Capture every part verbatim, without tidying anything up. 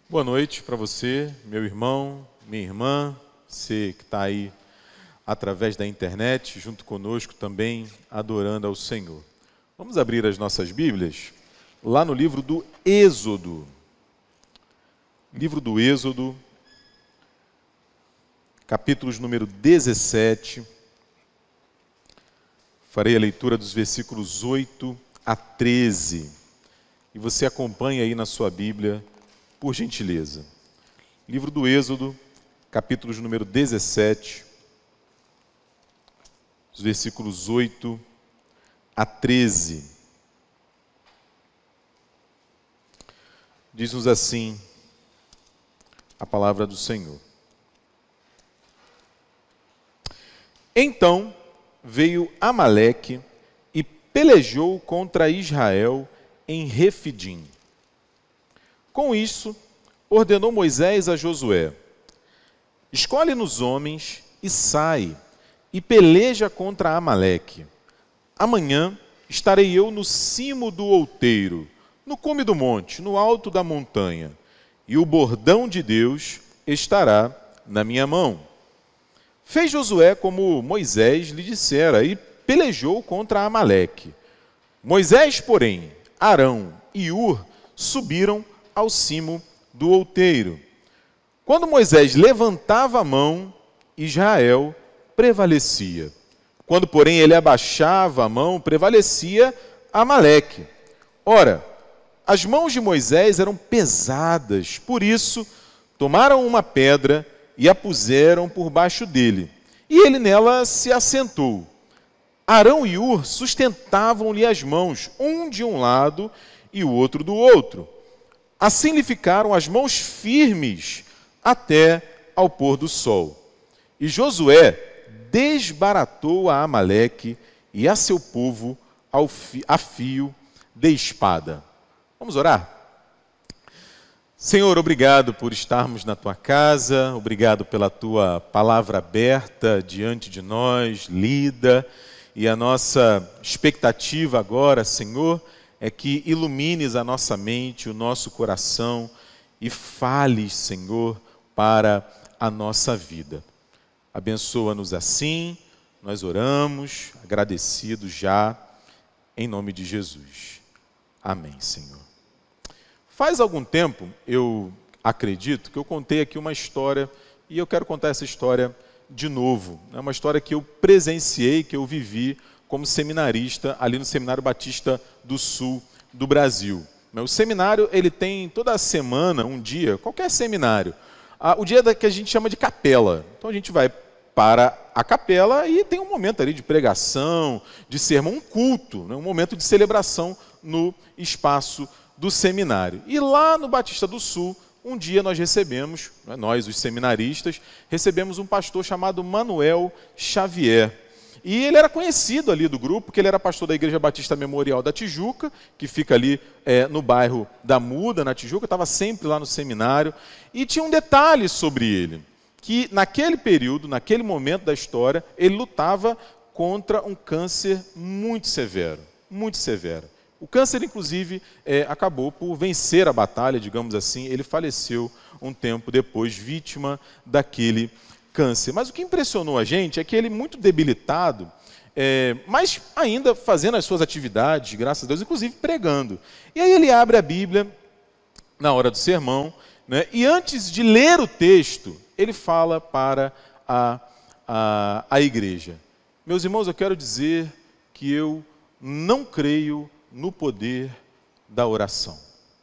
Boa noite para você, meu irmão, minha irmã, você que está aí através da internet, junto conosco também, adorando ao Senhor. Vamos abrir as nossas Bíblias lá no livro do Êxodo. Livro do Êxodo, capítulos número dezessete. Farei a leitura dos versículos oito a treze. E você acompanha aí na sua Bíblia, por gentileza. Livro do Êxodo, capítulos número dezessete, os versículos oito a treze. Diz-nos assim a palavra do Senhor. Então veio Amaleque e pelejou contra Israel em Refidim. Com isso, ordenou Moisés a Josué: escolhe-nos homens e sai, e peleja contra Amaleque. Amanhã estarei eu no cimo do outeiro, no cume do monte, no alto da montanha, e o bordão de Deus estará na minha mão. Fez Josué como Moisés lhe dissera, e pelejou contra Amaleque. Moisés, porém, Arão e Ur subiram ao cimo do outeiro. Quando Moisés levantava a mão, Israel prevalecia. Quando, porém, ele abaixava a mão, prevalecia Amaleque. Ora, as mãos de Moisés eram pesadas, por isso tomaram uma pedra e a puseram por baixo dele, e ele nela se assentou. Arão e Ur sustentavam-lhe as mãos, um de um lado e o outro do outro. Assim lhe ficaram as mãos firmes até ao pôr do sol. E Josué desbaratou a Amaleque e a seu povo ao fi, a fio de espada. Vamos orar? Senhor, obrigado por estarmos na tua casa, obrigado pela tua palavra aberta diante de nós, lida, e a nossa expectativa agora, Senhor, é que ilumines a nossa mente, o nosso coração e fales, Senhor, para a nossa vida. Abençoa-nos assim, nós oramos, agradecidos já, em nome de Jesus. Amém, Senhor. Faz algum tempo, eu acredito, que eu contei aqui uma história, e eu quero contar essa história de novo. É uma história que eu presenciei, que eu vivi como seminarista ali no Seminário Batista do Sul do Brasil. O seminário, ele tem toda a semana, um dia, qualquer seminário, o dia que a gente chama de capela. Então a gente vai para a capela e tem um momento ali de pregação, de sermão, um culto, um momento de celebração no espaço do seminário. E lá no Batista do Sul, um dia nós recebemos, nós os seminaristas, recebemos um pastor chamado Manuel Xavier. E ele era conhecido ali do grupo, porque ele era pastor da Igreja Batista Memorial da Tijuca, que fica ali é, no bairro da Muda, na Tijuca, estava sempre lá no seminário. E tinha um detalhe sobre ele, que naquele período, naquele momento da história, ele lutava contra um câncer muito severo, muito severo. O câncer, inclusive, é, acabou por vencer a batalha, digamos assim, ele faleceu um tempo depois, vítima daquele câncer. Mas o que impressionou a gente é que ele, muito debilitado, é, mas ainda fazendo as suas atividades, graças a Deus, inclusive pregando. E aí ele abre a Bíblia na hora do sermão, né, e antes de ler o texto, ele fala para a, a, a igreja: meus irmãos, eu quero dizer que eu não creio no poder da oração.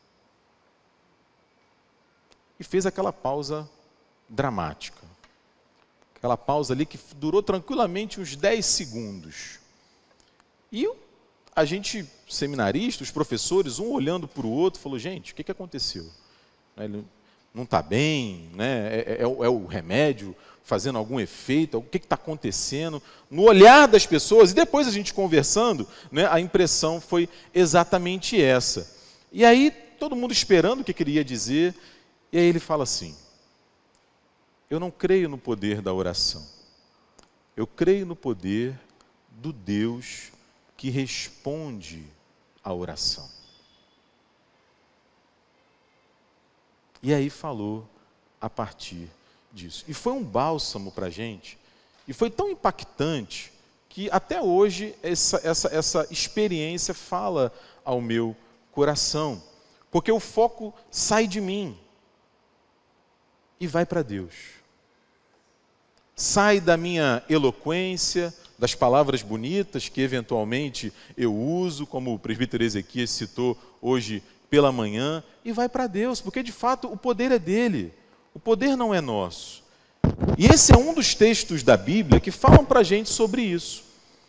E fez aquela pausa dramática. Aquela pausa ali que durou tranquilamente uns dez segundos. E a gente, seminarista, os professores, um olhando para o outro, falou: gente, o que, que aconteceu? Ele não está bem, né? é, é, é o remédio fazendo algum efeito, o que está acontecendo? No olhar das pessoas, e depois a gente conversando, né, a impressão foi exatamente essa. E aí, todo mundo esperando o que ele ia dizer, e aí ele fala assim: eu não creio no poder da oração, eu creio no poder do Deus que responde à oração. E aí falou a partir disso. E foi um bálsamo para a gente, e foi tão impactante, que até hoje essa, essa, essa experiência fala ao meu coração. Porque o foco sai de mim e vai para Deus. Sai da minha eloquência, das palavras bonitas que eventualmente eu uso, como o presbítero Ezequias citou hoje pela manhã, e vai para Deus, porque de fato o poder é dele, o poder não é nosso. E esse é um dos textos da Bíblia que falam para a gente sobre isso.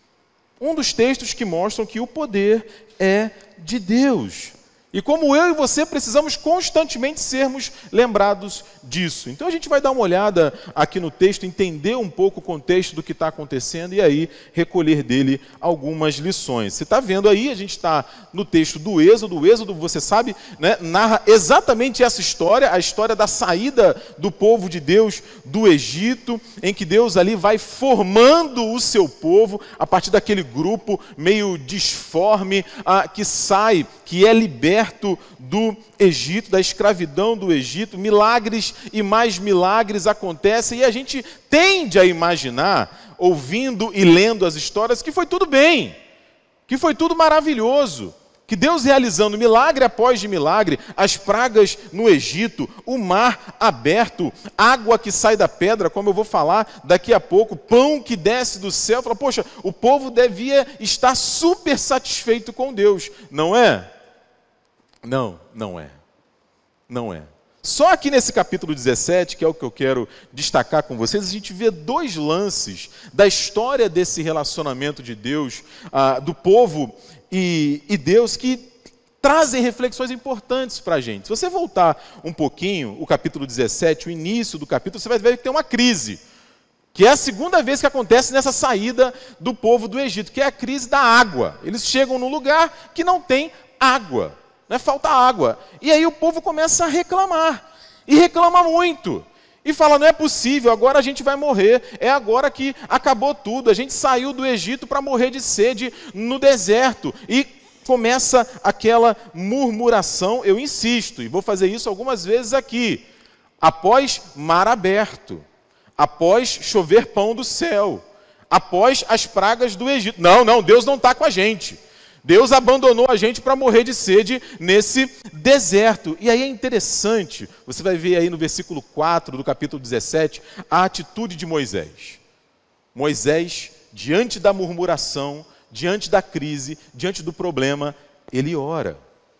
Um dos textos que mostram que o poder é de Deus. E como eu e você precisamos constantemente sermos lembrados disso. Então a gente vai dar uma olhada aqui no texto, entender um pouco o contexto do que está acontecendo e aí recolher dele algumas lições. Você está vendo aí, a gente está no texto do Êxodo. O Êxodo, você sabe, né, narra exatamente essa história, a história da saída do povo de Deus do Egito, em que Deus ali vai formando o seu povo a partir daquele grupo meio disforme, ah, que sai, que é liberto do Egito, da escravidão do Egito. Milagres e mais milagres acontecem e a gente tende a imaginar, ouvindo e lendo as histórias, que foi tudo bem, que foi tudo maravilhoso, que Deus realizando milagre após de milagre, as pragas no Egito, o mar aberto, água que sai da pedra, como eu vou falar daqui a pouco, pão que desce do céu. Fala, poxa, o povo devia estar super satisfeito com Deus, não é? Não, não é. Não é. Só aqui nesse capítulo dezessete, que é o que eu quero destacar com vocês, a gente vê dois lances da história desse relacionamento de Deus, ah, do povo e, e Deus, que trazem reflexões importantes para a gente. Se você voltar um pouquinho, o capítulo dezessete, o início do capítulo, você vai ver que tem uma crise, que é a segunda vez que acontece nessa saída do povo do Egito, que é a crise da água. Eles chegam num lugar que não tem água. Né, falta água. E aí o povo começa a reclamar. E reclama muito. E fala, não é possível, agora a gente vai morrer. É agora que acabou tudo. A gente saiu do Egito para morrer de sede no deserto. E começa aquela murmuração. Eu insisto, e vou fazer isso algumas vezes aqui. Após mar aberto. Após chover pão do céu. Após as pragas do Egito. Não, não, Deus não está com a gente. Deus abandonou a gente para morrer de sede nesse deserto. E aí é interessante, você vai ver aí no versículo quatro do capítulo dezessete, a atitude de Moisés. Moisés, diante da murmuração, diante da crise, diante do problema, ele ora.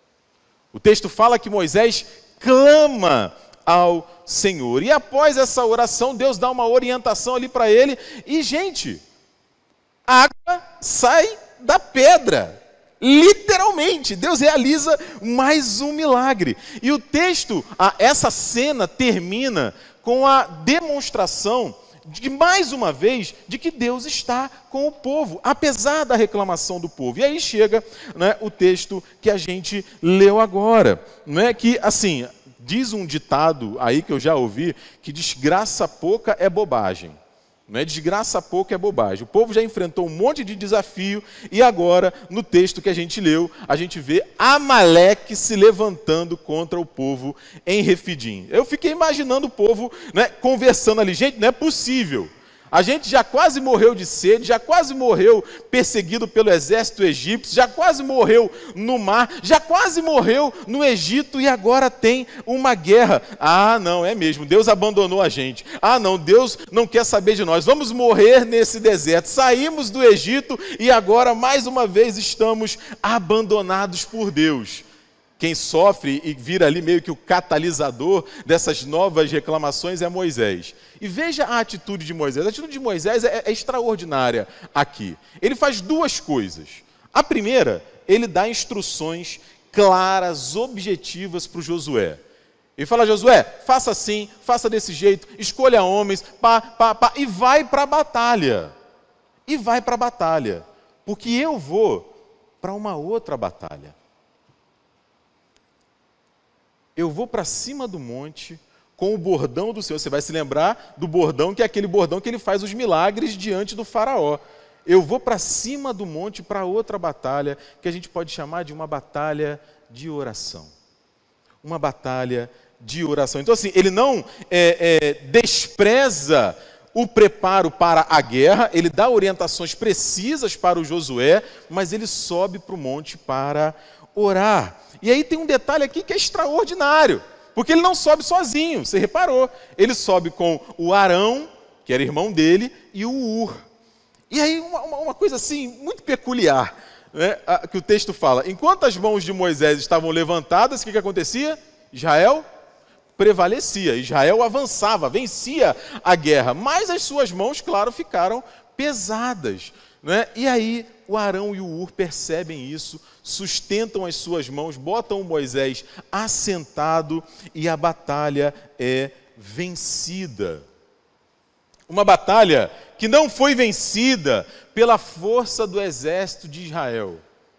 O texto fala que Moisés clama ao Senhor. E após essa oração, Deus dá uma orientação ali para ele. E, gente, a água sai da pedra. Literalmente, Deus realiza mais um milagre. E o texto, essa cena termina com a demonstração, de mais uma vez, de que Deus está com o povo, apesar da reclamação do povo. E aí chega, né, o texto que a gente leu agora. Não é que, assim, diz um ditado aí que eu já ouvi, que desgraça pouca é bobagem. Não é desgraça pouco, é bobagem. O povo já enfrentou um monte de desafio e agora, no texto que a gente leu, a gente vê Amaleque se levantando contra o povo em Refidim. Eu fiquei imaginando o povo, né, conversando ali. Gente, não é possível. A gente já quase morreu de sede, já quase morreu perseguido pelo exército egípcio, já quase morreu no mar, já quase morreu no Egito e agora tem uma guerra. Ah, não, é mesmo, Deus abandonou a gente. Ah, não, Deus não quer saber de nós. Vamos morrer nesse deserto. Saímos do Egito e agora mais uma vez estamos abandonados por Deus. Quem sofre e vira ali meio que o catalisador dessas novas reclamações é Moisés. E veja a atitude de Moisés. A atitude de Moisés é, é extraordinária aqui. Ele faz duas coisas. A primeira, ele dá instruções claras, objetivas para o Josué. Ele fala, Josué, faça assim, faça desse jeito, escolha homens, pá, pá, pá, e vai para a batalha. E vai para a batalha. Porque eu vou para uma outra batalha. Eu vou para cima do monte com o bordão do Senhor. Você vai se lembrar do bordão, que é aquele bordão que ele faz os milagres diante do faraó. Eu vou para cima do monte para outra batalha, que a gente pode chamar de uma batalha de oração. Uma batalha de oração. Então assim, ele não é, é, despreza o preparo para a guerra, ele dá orientações precisas para o Josué, mas ele sobe para o monte para orar. E aí tem um detalhe aqui que é extraordinário, porque ele não sobe sozinho, você reparou, ele sobe com o Arão, que era irmão dele, e o Ur. E aí uma, uma coisa assim, muito peculiar, né, que o texto fala, enquanto as mãos de Moisés estavam levantadas, o que, que acontecia? Israel prevalecia, Israel avançava, vencia a guerra, mas as suas mãos, claro, ficaram pesadas, né? E aí o Arão e o Ur percebem isso, sustentam as suas mãos, botam o Moisés assentado e a batalha é vencida. Uma batalha que não foi vencida pela força do exército de Israel.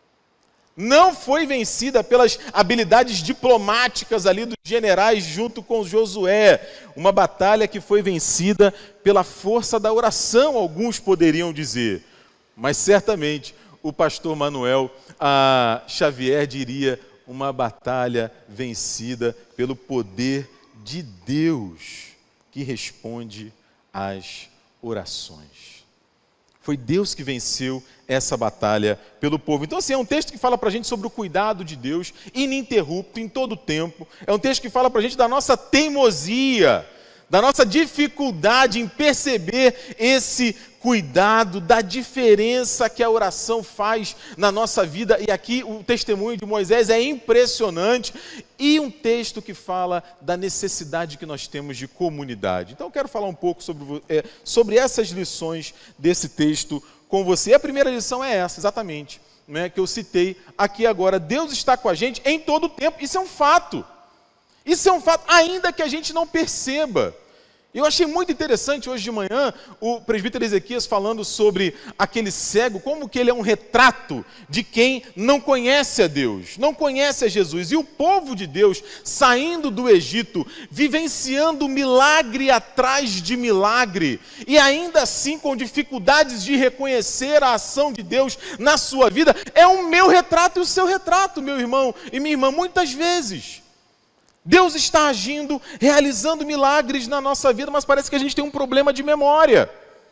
Não foi vencida pelas habilidades diplomáticas ali dos generais junto com Josué. Uma batalha que foi vencida pela força da oração, alguns poderiam dizer. Mas certamente o pastor Manuel a Xavier diria uma batalha vencida pelo poder de Deus que responde às orações. Foi Deus que venceu essa batalha pelo povo. Então, assim, é um texto que fala para a gente sobre o cuidado de Deus, ininterrupto, em todo o tempo. É um texto que fala para a gente da nossa teimosia, da nossa dificuldade em perceber esse cuidado, da diferença que a oração faz na nossa vida. E aqui o testemunho de Moisés é impressionante. E um texto que fala da necessidade que nós temos de comunidade. Então eu quero falar um pouco sobre, é, sobre essas lições desse texto com você. A primeira lição é essa, exatamente, né, que eu citei aqui agora. Deus está com a gente em todo o tempo. Isso é um fato. Isso é um fato, ainda que a gente não perceba. Eu achei muito interessante hoje de manhã o presbítero Ezequias falando sobre aquele cego, como que ele é um retrato de quem não conhece a Deus, não conhece a Jesus. E o povo de Deus saindo do Egito, vivenciando milagre atrás de milagre, e ainda assim com dificuldades de reconhecer a ação de Deus na sua vida, é o meu retrato e o seu retrato, meu irmão e minha irmã, muitas vezes. Deus está agindo, realizando milagres na nossa vida, mas parece que a gente tem um problema de memória.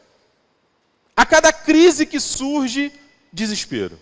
A cada crise que surge, desespero.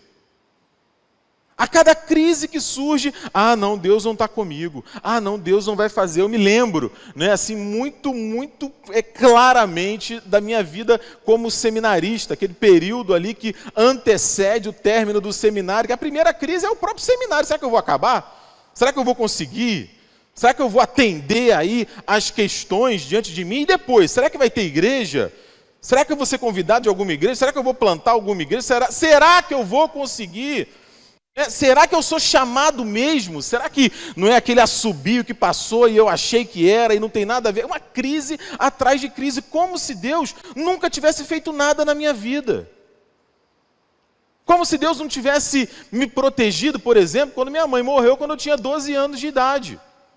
A cada crise que surge, ah não, Deus não está comigo. Ah não, Deus não vai fazer. Eu me lembro, né, assim, muito, muito é, claramente da minha vida como seminarista, aquele período ali que antecede o término do seminário, que a primeira crise é o próprio seminário. Será que eu vou acabar? Será que eu vou conseguir? Será que eu vou atender aí as questões diante de mim? E depois, será que vai ter igreja? Será que eu vou ser convidado de alguma igreja? Será que eu vou plantar alguma igreja? Será, será que eu vou conseguir? É, será que eu sou chamado mesmo? Será que não é aquele assobio que passou e eu achei que era e não tem nada a ver? É uma crise atrás de crise, como se Deus nunca tivesse feito nada na minha vida. Como se Deus não tivesse me protegido, por exemplo, quando minha mãe morreu quando eu tinha doze anos de idade.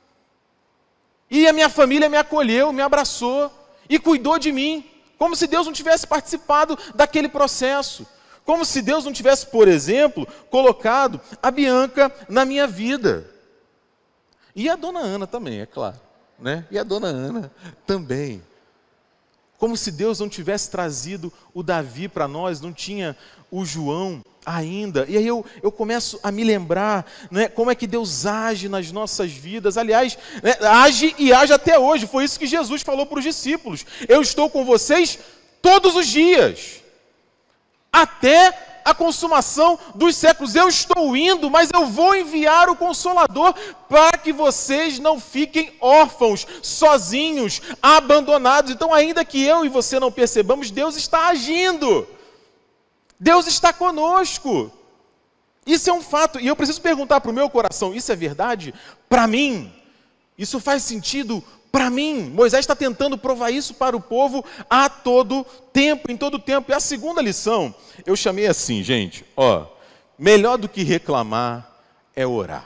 E a minha família me acolheu, me abraçou e cuidou de mim. Como se Deus não tivesse participado daquele processo. Como se Deus não tivesse, por exemplo, colocado a Bianca na minha vida. E a dona Ana também, é claro, né? E a dona Ana também. Como se Deus não tivesse trazido o Davi para nós, não tinha o João ainda. E aí eu, eu começo a me lembrar, né, como é que Deus age nas nossas vidas. Aliás, né, age e age até hoje. Foi isso que Jesus falou para os discípulos. Eu estou com vocês todos os dias, até a consumação dos séculos. Eu estou indo, mas eu vou enviar o Consolador para que vocês não fiquem órfãos, sozinhos, abandonados. Então, ainda que eu e você não percebamos, Deus está agindo. Deus está conosco. Isso é um fato. E eu preciso perguntar para o meu coração, isso é verdade? Para mim? Isso faz sentido para mim? Moisés está tentando provar isso para o povo a todo tempo, em todo tempo. E a segunda lição, eu chamei assim, gente, ó, melhor do que reclamar é orar.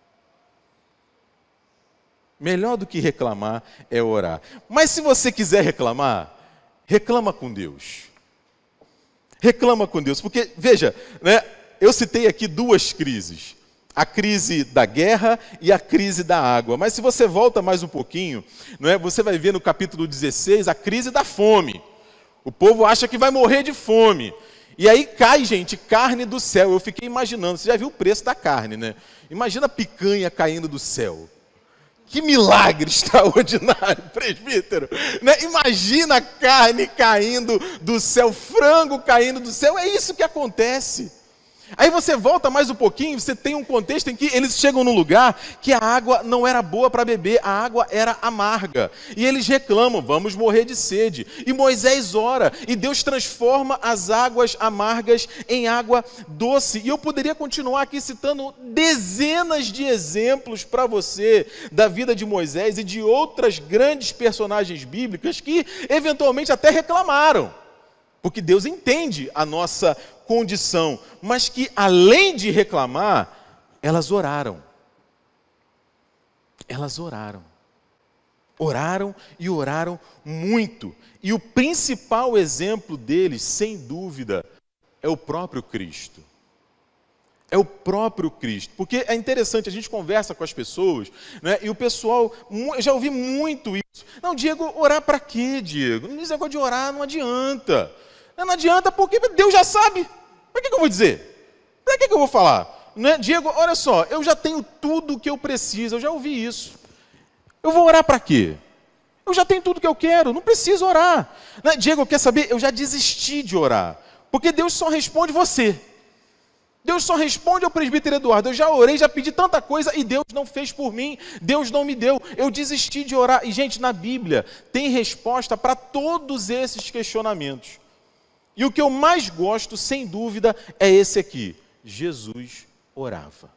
Melhor do que reclamar é orar. Mas se você quiser reclamar, reclama com Deus. Reclama com Deus, porque, veja, né, eu citei aqui duas crises. a crise da guerra e a crise da água. Mas se você volta mais um pouquinho, não é, você vai ver no capítulo dezesseis a crise da fome. O povo acha que vai morrer de fome. E aí cai, gente, carne do céu. Eu fiquei imaginando, você já viu o preço da carne, né? Imagina a picanha caindo do céu. Que milagre extraordinário, presbítero. Né? Imagina a carne caindo do céu, frango caindo do céu. É isso que acontece. Aí você volta mais um pouquinho, você tem um contexto em que eles chegam num lugar que a água não era boa para beber, a água era amarga. E eles reclamam, vamos morrer de sede. E Moisés ora, e Deus transforma as águas amargas em água doce. E eu poderia continuar aqui citando dezenas de exemplos para você da vida de Moisés e de outras grandes personagens bíblicas que eventualmente até reclamaram. Porque Deus entende a nossa condição, mas que além de reclamar, elas oraram. Elas oraram. Oraram e oraram muito. E o principal exemplo deles, sem dúvida, é o próprio Cristo. É o próprio Cristo. Porque é interessante, a gente conversa com as pessoas, né, e o pessoal, eu já ouvi muito isso. Não, Diego, orar para quê, Diego? Esse negócio de orar não adianta. Não adianta porque Deus já sabe. Para que, que eu vou dizer? Para que, que eu vou falar? Não é? Diego, olha só, eu já tenho tudo o que eu preciso, eu já ouvi isso. Eu vou orar para quê? Eu já tenho tudo o que eu quero, não preciso orar. Não é? Diego, quer saber? Eu já desisti de orar. Porque Deus só responde você. Deus só responde ao presbítero Eduardo. Eu já orei, já pedi tanta coisa e Deus não fez por mim. Deus não me deu. Eu desisti de orar. E, gente, na Bíblia tem resposta para todos esses questionamentos. E o que eu mais gosto, sem dúvida, é esse aqui. Jesus orava.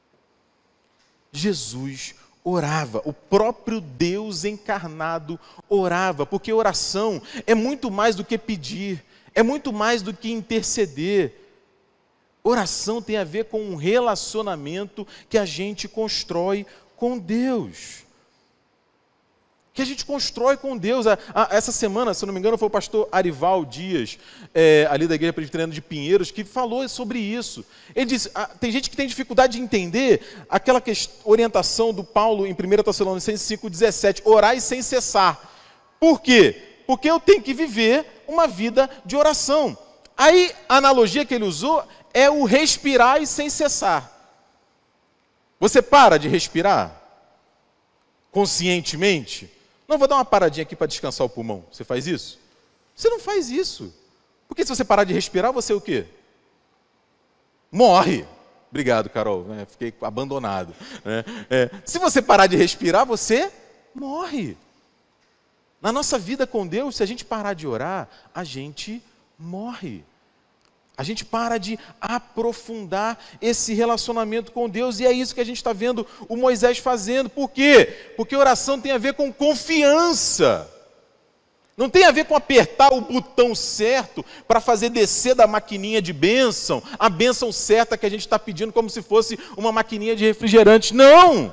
Jesus orava. O próprio Deus encarnado orava. Porque oração é muito mais do que pedir. É muito mais do que interceder. Oração tem a ver com um relacionamento que a gente constrói com Deus. Que a gente constrói com Deus. Essa semana, se não me engano, foi o pastor Arival Dias, é, ali da Igreja Presbiteriana de Pinheiros, que falou sobre isso. Ele disse, ah, tem gente que tem dificuldade de entender aquela orientação do Paulo em primeira Tessalonicenses cinco, dezessete, orai sem cessar. Por quê? Porque eu tenho que viver uma vida de oração. Aí, a analogia que ele usou é o respirar e sem cessar. Você para de respirar conscientemente? Não, vou dar uma paradinha aqui para descansar o pulmão. Você faz isso? Você não faz isso. Porque se você parar de respirar, você o quê? Morre. Obrigado, Carol. É, fiquei abandonado. É, é. Se você parar de respirar, você morre. Na nossa vida com Deus, se a gente parar de orar, a gente morre. A gente para de aprofundar esse relacionamento com Deus. E é isso que a gente está vendo o Moisés fazendo. Por quê? Porque oração tem a ver com confiança. Não tem a ver com apertar o botão certo para fazer descer da maquininha de bênção, a bênção certa que a gente está pedindo como se fosse uma maquininha de refrigerante. Não!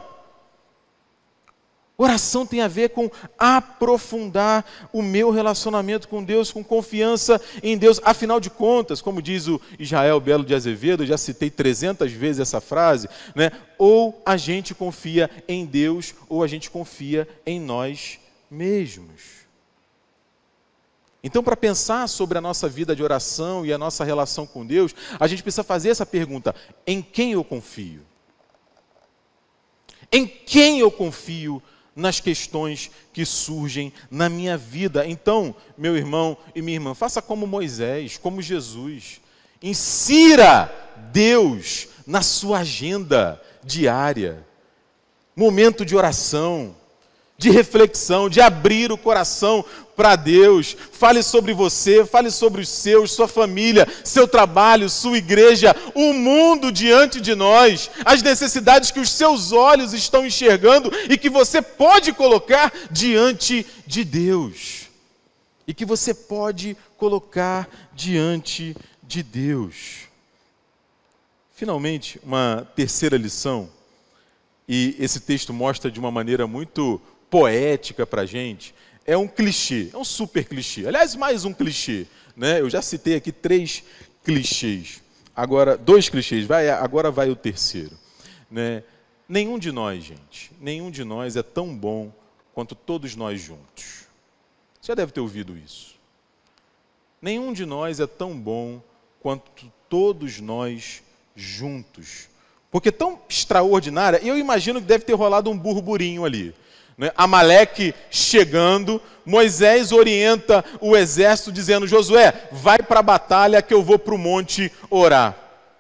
Oração tem a ver com aprofundar o meu relacionamento com Deus, com confiança em Deus. Afinal de contas, como diz o Israel Belo de Azevedo, eu já citei trezentas vezes essa frase, né? Ou a gente confia em Deus, ou a gente confia em nós mesmos. Então, para pensar sobre a nossa vida de oração e a nossa relação com Deus, a gente precisa fazer essa pergunta: em quem eu confio? Em quem eu confio nas questões que surgem na minha vida? Então, meu irmão e minha irmã, faça como Moisés, como Jesus. Insira Deus na sua agenda diária. Momento de oração, de reflexão, de abrir o coração para Deus. Fale sobre você, fale sobre os seus, sua família, seu trabalho, sua igreja, o mundo diante de nós, as necessidades que os seus olhos estão enxergando e que você pode colocar diante de Deus. E que você pode colocar diante de Deus. Finalmente, uma terceira lição, e esse texto mostra de uma maneira muito poética para a gente, é um clichê, é um super clichê. Aliás, mais um clichê, né? Eu já citei aqui três clichês. Agora, dois clichês, vai, agora vai o terceiro. né? Nenhum de nós, gente, nenhum de nós é tão bom quanto todos nós juntos. Você já deve ter ouvido isso. Nenhum de nós é tão bom quanto todos nós juntos. Porque tão extraordinária, eu imagino que deve ter rolado um burburinho ali. Né? Amaleque chegando, Moisés orienta o exército dizendo: Josué, vai para a batalha que eu vou para o monte orar.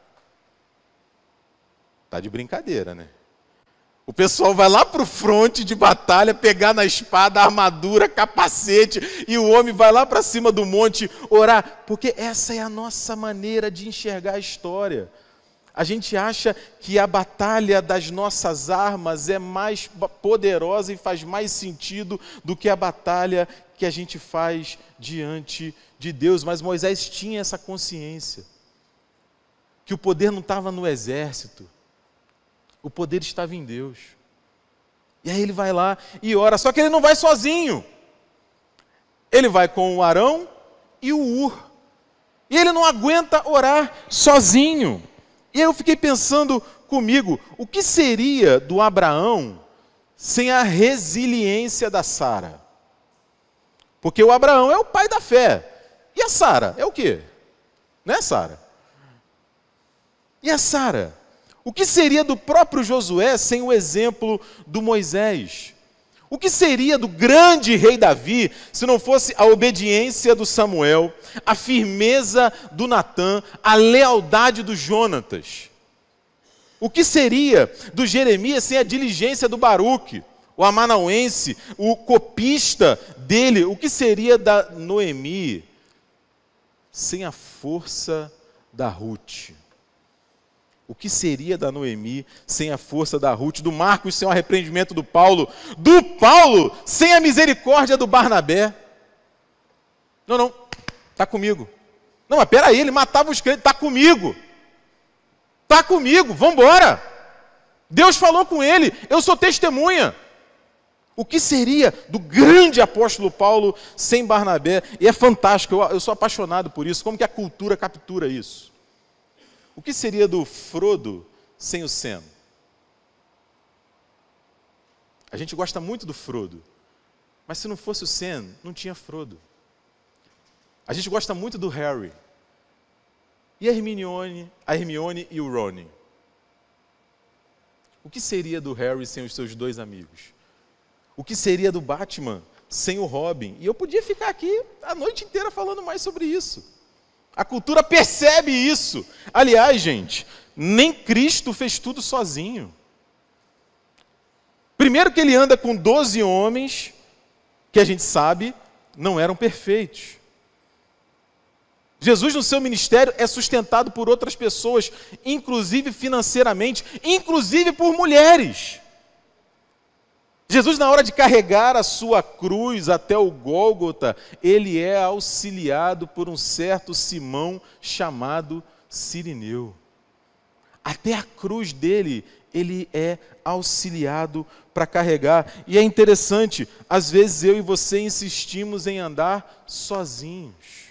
Tá de brincadeira, né? O pessoal vai lá para o fronte de batalha, pegar na espada, armadura, capacete, e o homem vai lá para cima do monte orar, porque essa é a nossa maneira de enxergar a história. A gente acha que a batalha das nossas armas é mais poderosa e faz mais sentido do que a batalha que a gente faz diante de Deus. Mas Moisés tinha essa consciência, que o poder não estava no exército, o poder estava em Deus. E aí ele vai lá e ora, só que ele não vai sozinho. Ele vai com o Arão e o Ur. E ele não aguenta orar sozinho. E eu fiquei pensando comigo, o que seria do Abraão sem a resiliência da Sara? Porque o Abraão é o pai da fé. E a Sara é o quê? Né, Sara? E a Sara? O que seria do próprio Josué sem o exemplo do Moisés? O que seria do grande rei Davi se não fosse a obediência do Samuel, a firmeza do Natã, a lealdade do Jonatas? O que seria do Jeremias sem a diligência do Baruque, o amanauense, o copista dele? O que seria da Noemi sem a força da Ruth? O que seria da Noemi sem a força da Ruth, do Marcos sem o arrependimento do Paulo, do Paulo sem a misericórdia do Barnabé? Não, não, está comigo. Não, mas peraí, ele matava os crentes, está comigo. Está comigo, vamos embora. Deus falou com ele, eu sou testemunha. O que seria do grande apóstolo Paulo sem Barnabé? E é fantástico, eu, eu sou apaixonado por isso, como que a cultura captura isso. O que seria do Frodo sem o Sam? A gente gosta muito do Frodo, mas se não fosse o Sam, não tinha Frodo. A gente gosta muito do Harry. E a Hermione, a Hermione e o Ron? O que seria do Harry sem os seus dois amigos? O que seria do Batman sem o Robin? E eu podia ficar aqui a noite inteira falando mais sobre isso. A cultura percebe isso. Aliás, gente, nem Cristo fez tudo sozinho. Primeiro que ele anda com doze homens, que a gente sabe, não eram perfeitos. Jesus, no seu ministério, é sustentado por outras pessoas, inclusive financeiramente, inclusive por mulheres. Jesus, na hora de carregar a sua cruz até o Gólgota, ele é auxiliado por um certo Simão chamado Cirineu. Até a cruz dele, ele é auxiliado para carregar. E é interessante, às vezes eu e você insistimos em andar sozinhos.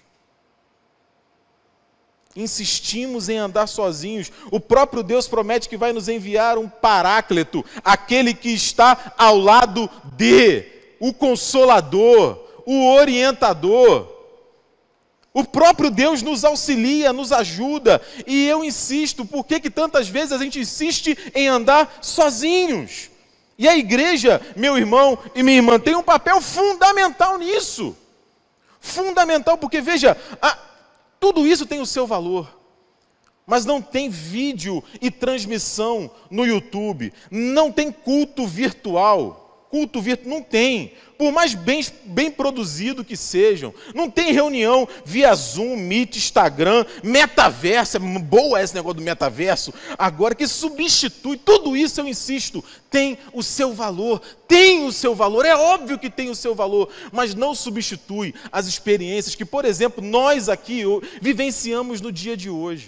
Insistimos em andar sozinhos. O próprio Deus promete que vai nos enviar um paráclito, aquele que está ao lado de, o consolador, o orientador. O próprio Deus nos auxilia, nos ajuda. E eu insisto, por que que tantas vezes a gente insiste em andar sozinhos? E a igreja, meu irmão e minha irmã, tem um papel fundamental nisso. Fundamental, porque veja, a tudo isso tem o seu valor, mas não tem vídeo e transmissão no YouTube, não tem culto virtual, culto virtual não tem, por mais bem, bem produzido que sejam, não tem reunião via Zoom, Meet, Instagram, metaverso, é boa esse negócio do metaverso, agora que substitui, tudo isso eu insisto, tem o seu valor, tem o seu valor, é óbvio que tem o seu valor, mas não substitui as experiências que, por exemplo, nós aqui vivenciamos no dia de hoje.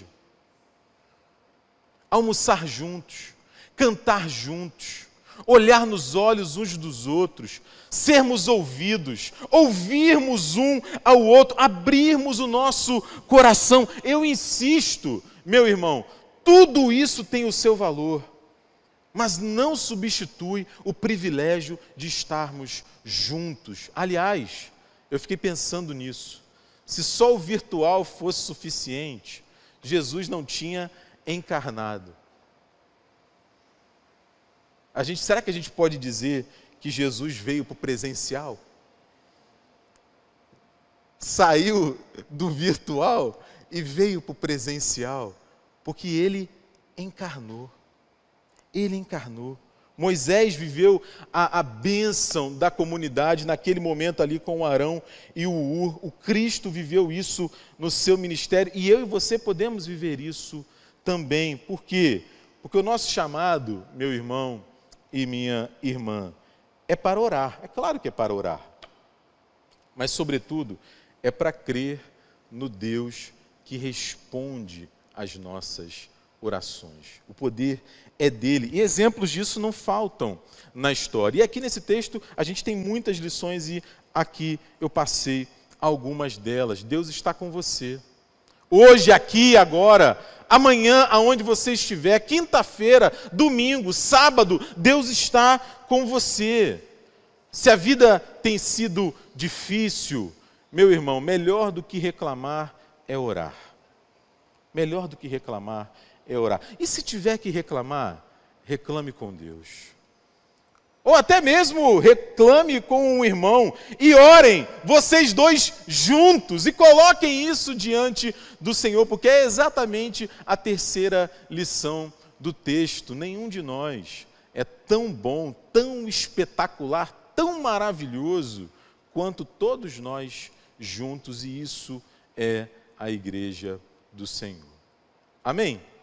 Almoçar juntos, cantar juntos, olhar nos olhos uns dos outros, sermos ouvidos, ouvirmos um ao outro, abrirmos o nosso coração. Eu insisto, meu irmão, tudo isso tem o seu valor. mas não substitui o privilégio de estarmos juntos. Aliás, eu fiquei pensando nisso. Se só o virtual fosse suficiente, Jesus não tinha encarnado. A gente, será que a gente pode dizer que Jesus veio para o presencial? Saiu do virtual e veio para o presencial, porque ele encarnou. Ele encarnou. Moisés viveu a, a bênção da comunidade naquele momento ali com o Arão e o Ur. O Cristo viveu isso no seu ministério e eu e você podemos viver isso também. Por quê? Porque o nosso chamado, meu irmão e minha irmã, é para orar. É claro que é para orar. Mas, sobretudo, é para crer no Deus que responde às nossas orações. O poder é dele. E exemplos disso não faltam na história. E aqui nesse texto a gente tem muitas lições e aqui eu passei algumas delas. Deus está com você. Hoje, aqui, agora, amanhã, aonde você estiver, quinta-feira, domingo, sábado, Deus está com você. Se a vida tem sido difícil, meu irmão, melhor do que reclamar é orar. Melhor do que reclamar é orar. E se tiver que reclamar, reclame com Deus. Ou até mesmo reclame com um irmão e orem, vocês dois juntos, e coloquem isso diante do Senhor, porque é exatamente a terceira lição do texto. Nenhum de nós é tão bom, tão espetacular, tão maravilhoso, quanto todos nós juntos, e isso é a igreja do Senhor. Amém?